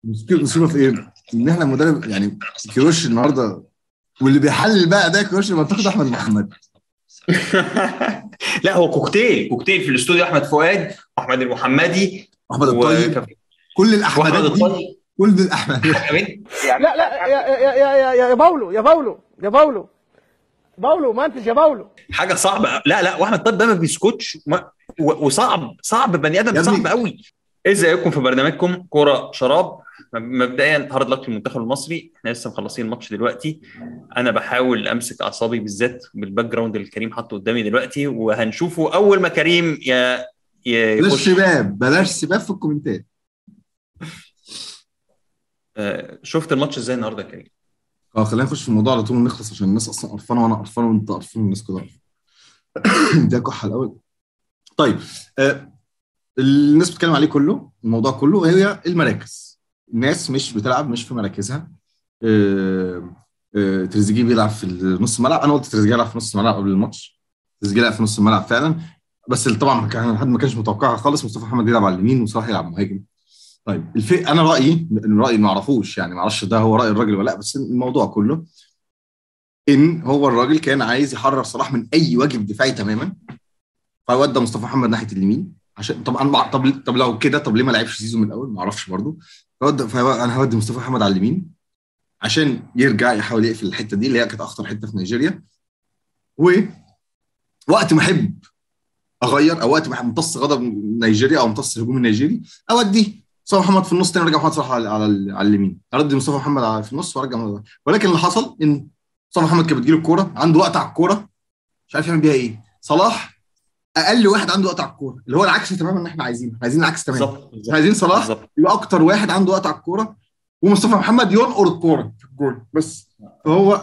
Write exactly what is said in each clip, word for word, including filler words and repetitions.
مشكله مصيبه في ايه؟ ان احنا مدرب يعني كيروش النهارده، واللي بيحلل بقى ده كيروش المنتخب احمد محمد. لا هو كوكتيل كوكتيل في الاستوديو، احمد فؤاد واحمد المحمدي احمد الطيب، وكان كل واحمد الاحمدات دي، الطيب كل الاحمدات. لا لا يا يا يا يا يا باولو يا باولو يا باولو باولو منتج يا باولو. حاجه صعبه. لا لا واحمد الطيب ده ما بيسكتش ما- و- وصعب صعب بني ادم يا صعب ابني قوي. ازيكم في برنامجكم كوره شراب. مبدئيا هارد لك للمنتخب المصري، احنا لسه مخلصين الماتش دلوقتي. انا بحاول امسك اعصابي بالذات بالباك جراوند اللي كريم حاطه قدامي دلوقتي، وهنشوفه اول ما كريم ي- ي- بلاش يخش. شباب، بلاش شباب في الكومنتات. آه، شفت الماتش ازاي النهارده يا كريم؟ اه خلينا نخش في الموضوع على طول ونخلص، عشان الناس اصلا قرفانه وانا قرفان وانت قرفان والناس كلها قرفانه. ده كحه الاول. طيب آه الناس بتتكلم عليه كله، الموضوع كله هي المراكز. الناس مش بتلعب مش في مراكزها. آه آه تريزيجيه بيلعب في نص الملعب، انا قلت تريزيجيه يلعب في نص الملعب قبل الماتش. تريزيجيه لعب في نص الملعب فعلا، بس اللي طبعا كان حد ما كانش متوقعها خالص مصطفى محمد يلعب على اليمين وصلاح يلعب مهاجم. طيب الفي انا رايي رايي ما اعرفوش يعني، ما اعرفش ده هو راي الراجل ولا لا، بس الموضوع كله ان هو الراجل كان عايز يحرر صلاح من اي واجب دفاعي تماما، فودى مصطفى محمد ناحيه اليمين. عشان طبعا طب طب لو كده طب ليه ما لعبش زيزو من الاول؟ ما اعرفش برضه. فودى فانا هودي مصطفى محمد على اليمين عشان يرجع يحاول يقفل الحته دي اللي هي كانت اخطر حته في نيجيريا. ووقت ما احب اغير، او وقت ما امتص غضب نيجيريا او امتص الهجوم النيجيري، اودي مصطفى محمد في النص تاني ورجع محمد صلاح على على, على اليمين. ارد مصطفى محمد على في النص وارجع. ولكن اللي حصل ان مصطفى محمد كان بتجيله الكوره، عنده وقت على الكوره مش عارف يعمل بيها ايه. صلاح اقل واحد عنده وقت على الكوره، اللي هو العكس تماما اللي احنا عايزينه، عايزين العكس تماما. بالظبط احنا عايزين صلاح بالظبط. يبقى اكتر واحد عنده وقت على الكوره، ومصطفى محمد ينقر الكوره في الجول بس. فهو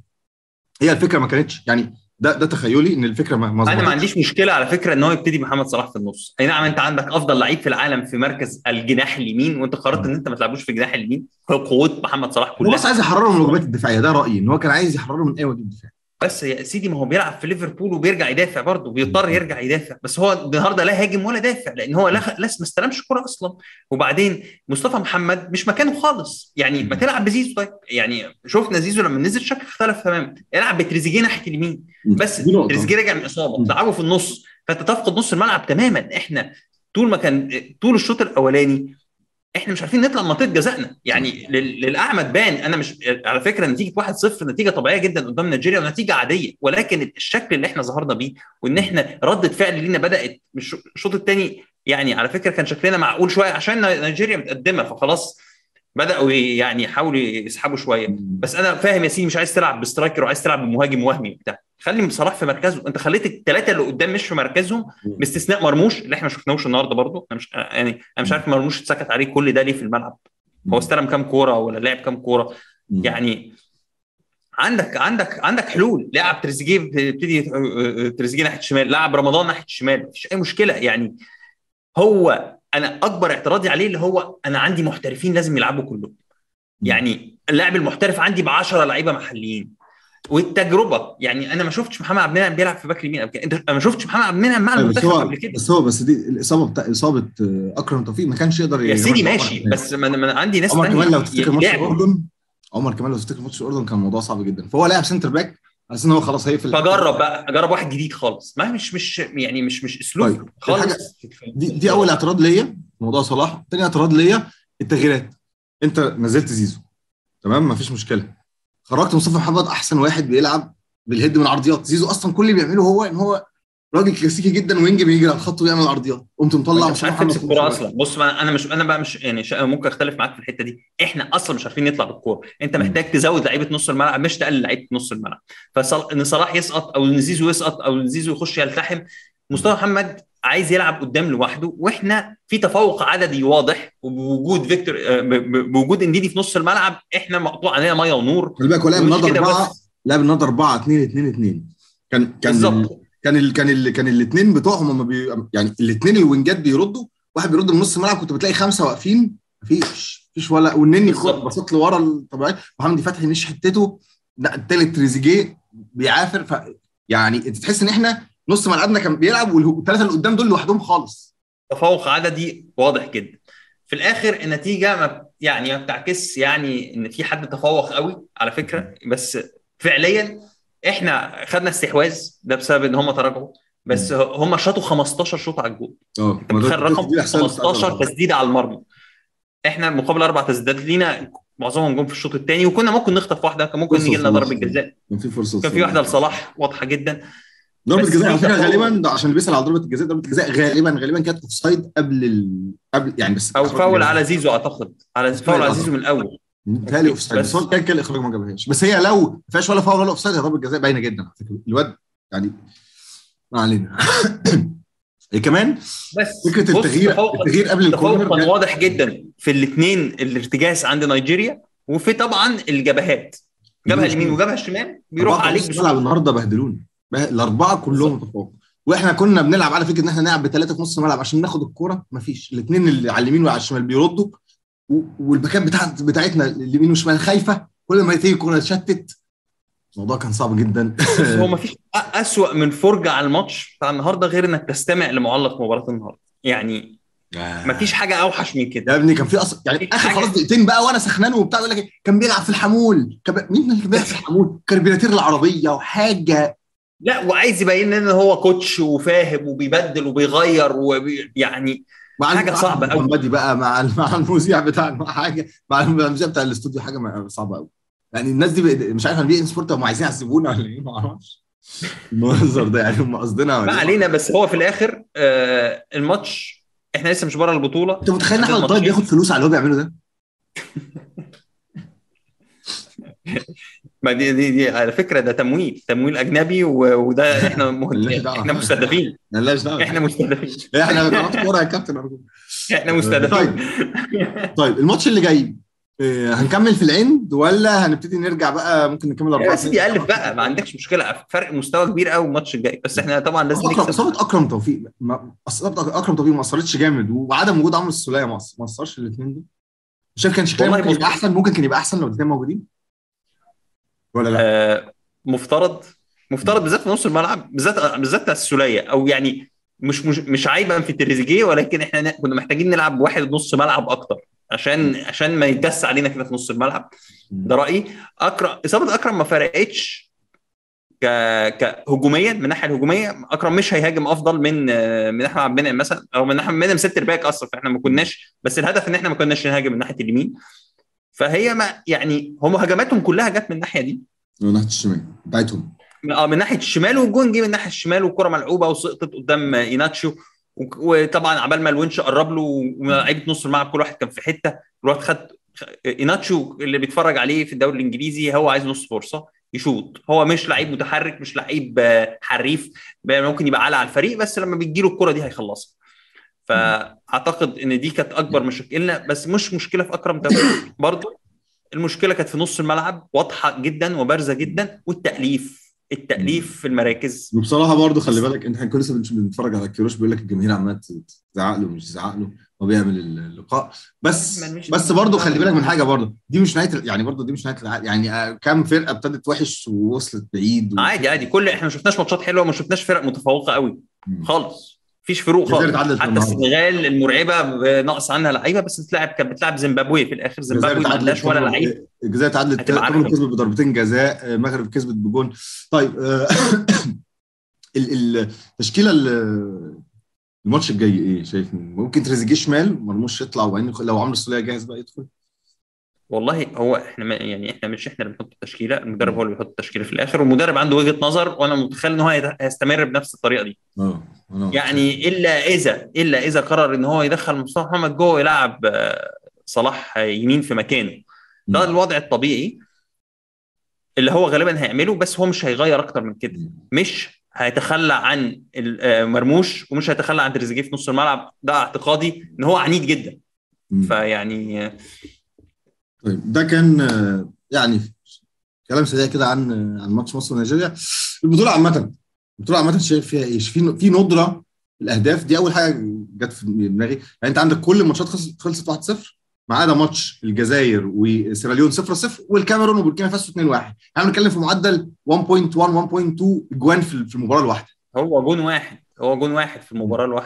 هي الفكره ما كانتش يعني، ده ده تخيلي ان الفكره ما ما انا ما ظبطتش. عنديش مشكله على فكره ان هو يبتدي محمد صلاح في النص. اي نعم انت عندك افضل لعيب في العالم في مركز الجناح اليمين، وانت قررت ان انت ما تلعبوش في الجناح اليمين. هو قوه محمد صلاح هو بس كلها. عايز يحرره من الواجبات الدفاعيه، ده رايي ان هو كان عايز يحرره من اي واجب دفاعي. بس يا سيدي ما هو بيلعب في ليفربول وبيرجع يدافع برضه، بيضطر يرجع يدافع. بس هو النهارده لا هاجم ولا دافع، لان هو لا لا ما استلمش الكوره اصلا. وبعدين مصطفى محمد مش مكانه خالص. يعني ما تلعب بزيزو. طيب يعني شفنا زيزو لما نزل شكل اختلف تماما. العب بتريزيجيه ناحيه اليمين بس. دي نقطه. تريزيجيه راجع من اصابه، تلعبه في النص فانت تفقد نص الملعب تماما. احنا طول ما كان طول الشوط الاولاني احنا مش عارفين نطلع من منطقه جزائنا. يعني لل- للاعمى تبان. انا مش على فكره نتيجه واحد صفر نتيجه طبيعيه جدا قدام نيجيريا ونتيجه عاديه، ولكن الشكل اللي احنا ظهرنا بيه وان احنا رده فعل لينا بدات مش الشوط الثاني. يعني على فكره كان شكلنا معقول شويه عشان نيجيريا متقدمه، فخلاص بداوا يعني يحاولوا يسحبوا شويه. بس انا فاهم يا سيدي مش عايز تلعب بسترايكر وعايز تلعب بمهاجم وهمي بتاع. خلي صلاح في مركزه. انت خليت الثلاثه اللي قدام مش في مركزهم، باستثناء مرموش اللي احنا ما شفناهوش النهارده برضه. انا مش يعني انا مش عارف مرموش اتسكت عليه كل ده ليه في الملعب. هو استلم كام كوره ولا لعب كام كوره؟ يعني عندك عندك عندك حلول. لعب تريزيجيه بتبتدي تريزيجيه ناحيه الشمال، لعب رمضان ناحيه الشمال، مفيش اي مشكله يعني. هو انا اكبر اعتراضي عليه اللي هو انا عندي محترفين لازم يلعبوا كلهم. يعني اللاعب المحترف عندي ب عشرة لعيبه محليين والتجربه. يعني انا ما شفتش محمد عبد المنعم بيلعب في باك اليمين قبل كده. انت ما شفتش محمد عبد المنعم مع أيوة، بس المنتخب هو قبل كده بس هو بس دي الاصابه بتاع اصابه آه، اكرم توفيق ما كانش يقدر يا سيدي يرجع عمر ماشي. كمال. بس ما انا عندي ناس عمر كمال تانية لو تفتكر ماتش لعبوا. الاردن، عمر كمال لو تفتكر ماتش الاردن كان الموضوع صعب جدا، فهو لاعب سنتر باك على ان هو خلاص هيقفل الحته دي. فجرب بقى جرب واحد جديد خالص. ما مش مش يعني مش مش اسلوب طيب الحاجه خالص في دي دي اول الاداره. اعتراض ليا في موضوع صلاح. تاني اعتراض ليا التغييرات. انت نزلت زيزو تمام ما فيش مشكله، خرجت مصطفى محمد احسن واحد بيلعب بالهيد من عرضيات. زيزو اصلا كل اللي بيعمله هو ان هو راجل كلاسيكي جدا وينج بيجري على الخط ويعمل عرضيات، قمت ما مطلع انت مش مصطفى عارف محمد تمسك في نص كوره الملعب. اصلا. بص ما انا مش انا بقى مش يعني ش- ممكن اختلف معاك في الحته دي. احنا اصلا مش عارفين نطلع بالكوره. انت محتاج تزود لعيبه نص الملعب مش تقلل لعيبه نص الملعب. فان صلاح يسقط او ان زيزو يسقط او ان زيزو يخش يلتحم. مصطفى محمد عايز يلعب قدام لوحده، واحنا في تفوق عددي واضح. وبوجود فيكتور آه، ب- ب- بوجود انديدي في نص الملعب احنا مقطوع علينا ميه ونور. خلي بالك هو لعب ومش النهارده كده اربعه، بس. لعب النهارده اربعه اتنين اتنين اتنين. كان كان ال... بالظبط كان ال... كان ال... كان الاثنين بتوعهم هم بي... يعني الاثنين الوينجات بيردوا، واحد بيرد من نص الملعب كنت بتلاقي خمسه واقفين مفيش مفيش ولا والنني بالظبط. بسط لورا الطبيعي، محمدي فتحي مش حتته. لا التالت تريزيجيه بيعافر ف... يعني انت تحس ان احنا نص ملعبنا كان بيلعب والثلاثه اللي قدام دول لوحدهم خالص. تفوق عددي واضح جدا. في الاخر النتيجه ما يعني ما بتعكس يعني ان في حد تفوق قوي على فكره، بس فعليا احنا خدنا استحواذ ده بسبب ان هم تراجعوا، بس هم شاطوا خمستاشر شوط على الجول. اه انت متخيل رقم خمستاشر خمستاشر تسديده على المرمى؟ احنا مقابل اربع تسديدات لينا معظمهم جم في الشوط الثاني، وكنا ممكن نخطف واحده، كان ممكن يجي لنا ضربه جزاء. كان في فرصه، كان في واحده لصلاح واضحه جدا، ضربه جزاء على فكره غالبا ده عشان اللي بيسال على ضربه الجزاء، ضربه الجزاء غالبا غالبا كانت اوفسايد قبل ال... قبل يعني، بس او فاول على زيزو، اعتقد على فاول على زيزو من الاول بتهيألي اوفسايد، بس هو كان كان الاخراج ما جابهاش، بس هي لو ما فيهاش ولا فاول ولا اوفسايد هي ضربه جزاء باينه جدا على فكره الواد يعني، ما علينا. إيه كمان بس فكره التغيير التغيير قبل الكورنر كان واضح جدا في الاثنين، الارتجاز عند نيجيريا، وفي طبعا الجبهات، جبهه اليمين وجبهه الشمال بيروح عليك بسرعه. النهارده بهدلونا الاربعه كلهم تفوق، واحنا كنا بنلعب على فكره ان احنا نلعب بثلاثه في نص الملعب عشان ناخد الكوره، مفيش الاثنين اللي على اليمين وعلى الشمال بيردوا، والباكات بتاعت بتاعتنا اليمين والشمال خايفه، كل ما تيجي الكوره تشتت. الموضوع كان صعب جدا. هو مفيش اسوأ من فرجه على الماتش بتاع النهارده غير انك تستمع لمعلق مباراه النهارده، يعني آه. مفيش حاجه اوحش من كده يا ابني. كان في اصلا يعني اخر خلاص دقيقتين بقى وانا سخنان وبتاع، يقول لك كان بيلعب في الحمول، كان مين اللي بيلعب في الحمول؟ كربيراتير العربيه وحاجه، لا وعايز يبين ان هو كوتش وفاهم وبيبدل وبيغير ويعني حاجه صعبه قوي. محمدي بقى مع مع المذيع بتاع مع حاجه مع المذيع بتاع الاستوديو، حاجه صعبه قوي يعني. الناس دي مش عارف بي ان سبورت هم عايزين يعذبونا ولا ايه، ما اعرفش المنظر ده يعني، هم قصدنا ما علينا. بس هو في الاخر آه الماتش احنا لسه مش بره البطوله. انت متخيل ان احمد الطيب بياخد فلوس على اللي هو بيعمله ده؟ ما دي, دي دي على فكره ده تمويل تمويل اجنبي، وده احنا مهد... احنا مستهدفين مالناش دعوه، احنا مستهدفين احنا قناه كوره يا كابتن ارجوك، احنا مستهدفين. طيب طيب الماتش اللي جاي هنكمل في العند ولا هنبتدي نرجع بقى؟ ممكن نكمل أربعة. يا سيدي ألف بقى، ما عندكش مشكلة، فرق مستوى كبير قوي الماتش الجاي، بس احنا طبعا لازم نكسب. اصابة أكرم توفيق ما أكرم توفيق ما أثرتش جامد، وعدم وجود عمرو السولية ما ما أثرش الاثنين دول. شايف كان شكلهم ممكن يبقى أحسن، ممكن كان يبقى أحسن لو الاثنين موجودين ولا لا؟ آه مفترض مفترض بالذات في نص الملعب، بالذات بالذات السولية، أو يعني مش مش مش عيبا في تريزيجيه، ولكن احنا كنا محتاجين نلعب واحد نص ملعب اكتر عشان عشان ما يتدس علينا كده في نص الملعب. ده رايي. اكرم اصابه اكرم ما فرقتش ك كهجوميا، من الناحيه الهجوميه اكرم مش هيهاجم افضل من من احمد عبد المنعم مثلا، او من احمد منعم ستر باك اصلا، فاحنا ما كناش، بس الهدف ان احنا ما كناش نهاجم من ناحيه اليمين، فهي ما يعني هم هجماتهم كلها جت من الناحيه دي، من ناحيه الشمال بتاعتهم، اه من ناحيه الشمال، والجون جه من ناحيه الشمال، والكره ملعوبه وسقطت قدام ايناتشو، وطبعا عبال ما الونش قرب له ولاعيبه نص الملعب كل واحد كان في حته، الوقت خد ايناتشو اللي بيتفرج عليه في الدوري الانجليزي هو عايز نص فرصه يشوط، هو مش لعيب متحرك، مش لعيب حريف ممكن يبقى عالي على الفريق، بس لما بتجي له الكره دي هيخلصها. فاعتقد ان دي كانت اكبر مشكلنا، بس مش مشكله في اكرم توفيق برضه، المشكله كانت في نص الملعب واضحه جدا وبارزه جدا، والتاليف التاليف في المراكز. وبصراحه برضه خلي بالك انت، كل لسه بنتفرج على كيروش بيقول لك الجماهير عماله تزعق له ومش تزعق له وبيعمل اللقاء، بس بس برضه خلي بالك من حاجه برضه، دي مش نهايه يعني، برضه دي مش نهايه يعني، كام فرقه ابتدت وحش ووصلت بعيد و... عادي عادي، كل احنا ما شفناش ماتشات حلوه وما شفناش فرق متفوقه قوي خالص، مفيش فروق خالص، حتى السنغال المرعبه ناقص عنها لعيبه، بس بتلعب كانت بتلعب زيمبابوي في الاخر، زيمبابوي ما عندهاش ولا لعيب. الجزائر تعادلت، الكاميرون كسبت بضربتين جزاء، المغرب كسبت بجون. طيب التشكيله الماتش الجاي ايه شايف؟ ممكن تريزيجيه شمال، مرموش يطلع، وبعدين لو عمرو السولية جاهز بقى يدخل. والله هو احنا يعني احنا مش احنا اللي بنحط التشكيله، المدرب هو اللي بيحط التشكيله في الاخر، والمدرب عنده وجهه نظر، وانا متخيل ان هو هيستمر بنفس الطريقه دي. اه يعني الا اذا الا اذا قرر ان هو يدخل مصطفى محمد جوه ويلعب صلاح يمين في مكانه، ده الوضع الطبيعي اللي هو غالبا هيعمله، بس هو مش هيغير اكتر من كده، مش هيتخلى عن مرموش ومش هيتخلى عن تريزيجيه في نص الملعب، ده اعتقادي ان هو عنيد جدا. فيعني طيب ده كان يعني كلام سريع كده عن عن ماتش مصر ونيجيريا. البطوله عامه البطوله عامه شايف فيها ايه؟ في في ندره الاهداف دي، اول حاجه جت في دماغي، يعني انت عندك كل الماتشات خلصت واحد صفر ما عدا ماتش الجزائر وسيراليون صفر صفر والكاميرون وبوركينا فاسو اتنين واحد، احنا بنتكلم في معدل واحد فاصلة واحد واحد فاصلة اتنين جوان في المباراه الواحده. هو جون واحد هو جون واحد في المباراه الواحده،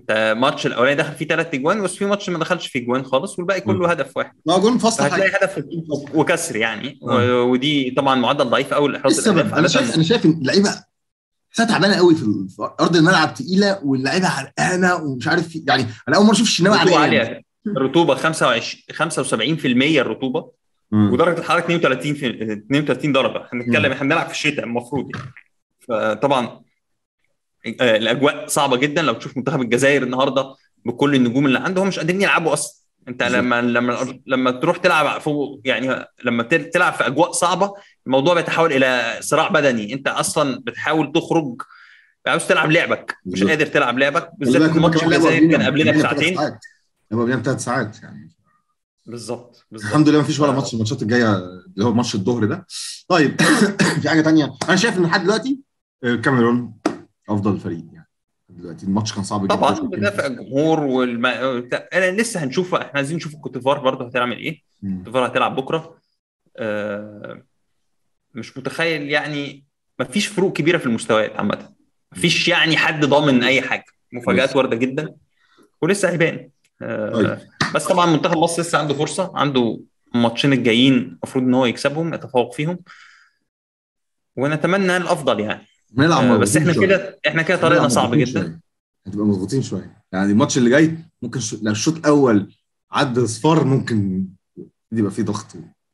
الماتش الاولاني دخل فيه ثلاث اجوان، بس في ماتش ما دخلش فيه اجوان خالص والباقي كله هدف واحد. ما جون فاصل فهتلاقي حاجه. هدف وكسر يعني، آه. ودي طبعا معدل ضعيف قوي ايه لاحراز السبب؟ الاهداف انا شايف عاده. انا شايف ان اللعيبه حاسها تعبانه قوي في في ارض الملعب، تقيله واللعيبه عرقانه ومش عارف يعني. انا اول مره اشوف الشناوي الرطوبه عرقان. عاليه، الرطوبه خمسة وعشرين خمسة وسبعين في المية الرطوبه، مم. ودرجه الحراره اثنين وثلاثين في اثنين وثلاثين درجه. احنا بنتكلم احنا بنلعب في الشتاء المفروض يعني. فطبعا آه، الاجواء صعبه جدا. لو تشوف منتخب الجزائر النهارده بكل النجوم اللي عندهم مش قادرين يلعبوا اصلا. انت بالظبط. لما لما لما تروح تلعب فوق يعني، لما تل- تلعب في اجواء صعبه الموضوع بيتحول الى صراع بدني. انت اصلا بتحاول تخرج، عاوز تلعب لعبك مش بالظبط. قادر تلعب لعبك، خلي بالذات بالك ان هم ماتش كمان لعبوا الجزائر كان قبلينا قبلنا قبلينا بثلاث بساعتين. ساعات. لعبوا قبلينا بثلاث ساعات يعني. بالظبط بالظبط. الحمد لله مفيش ولا ف- ماتش من الماتشات الجايه اللي هو ماتش الظهر ده. طيب في حاجه تانية انا شايف ان لحد دلوقتي آه، الكاميرون افضل فريق يعني. دلوقتي الماتش كان صعب جدا. طبعا بدافع الجمهور والم... انا لسه هنشوف، احنا عايزين نشوف الكوتيفوار برضه هتعمل ايه. مم. الكوتيفوار هتلعب بكره. آه، مش متخيل يعني، ما فيش فروق كبيره في المستويات عامه، ما فيش يعني حد ضامن اي حاجه، مفاجآت وارده جدا ولسه هيبان. طيب آه، بس طبعا منتخب مصر لسه عنده فرصه، عنده الماتشين الجايين المفروض ان هو يكسبهم يتفوق فيهم، ونتمنى الافضل يعني. هنلعب آه، بس مضغوطين احنا شويه. كده احنا كده طريقنا هنلعب صعب مضغوطين جدا. شويه. هتبقى مضغوطين شويه يعني. الماتش اللي جاي ممكن ش... لو الشوط الاول عدى صفار ممكن يبقى فيه ضغط.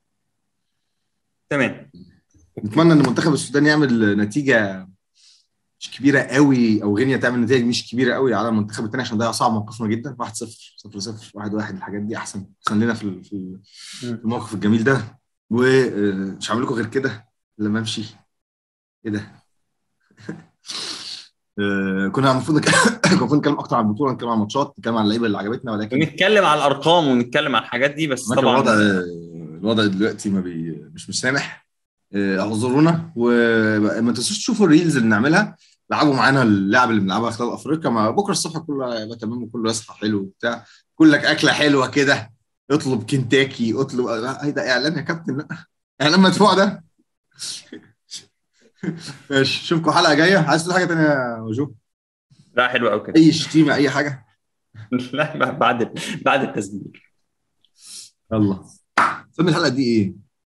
تمام. نتمنى ان منتخب السودان يعمل نتيجه مش كبيره قوي، او غينيا تعمل نتيجه مش كبيره قوي على المنتخب الثاني، عشان ده صعب موقفنا جدا. واحد صفر صفر صفر واحد واحد الحاجات دي احسن احسن لنا في ال- في الموقف الجميل ده. ومش هعمل لكم غير كده لما امشي. ايه ده؟ آه، كنا المفروض نك- كنا المفروض نتكلم اكتر عن البطوله، نتكلم عن الماتشات، نتكلم عن اللعيبه اللي عجبتنا، ولكن ونتكلم على الارقام ونتكلم على الحاجات دي، بس ولكن الوضع طبعا الوضع دلوقتي ما بي مش مش سامح. آه، اعذرونا، وما تنسوش تشوفوا الريلز اللي بنعملها. لعبوا معانا اللعب اللي بنلعبها خلال افريقيا. ما بكره الصبح كله يبقى تمام وكله يصحى حلو وبتاع، كل لك اكله حلوه كده، اطلب كنتاكي، اطلب. ايه ده اعلان يا كابتن؟ لا اعلان مدفوع ده. ماشي، اشوفكم حلقه جايه. عايز تقول حاجه ثانيه يا وجو؟ لا حلو قوي كده. اي شتيمه اي حاجه؟ لا بعد بعد التسجيل. يلا سمي الحلقه دي ايه؟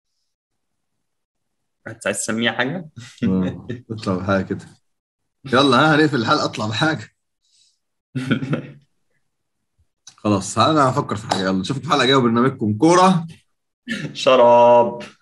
انت عايز تسميها حاجه؟ آه، اطلع بحاجه كده. يلا ها هنقفل الحلقه، اطلع بحاجه. خلاص انا هفكر في حاجه. يلا نشوفكم في حلقه جايه وبرنامجكم كوره شراب.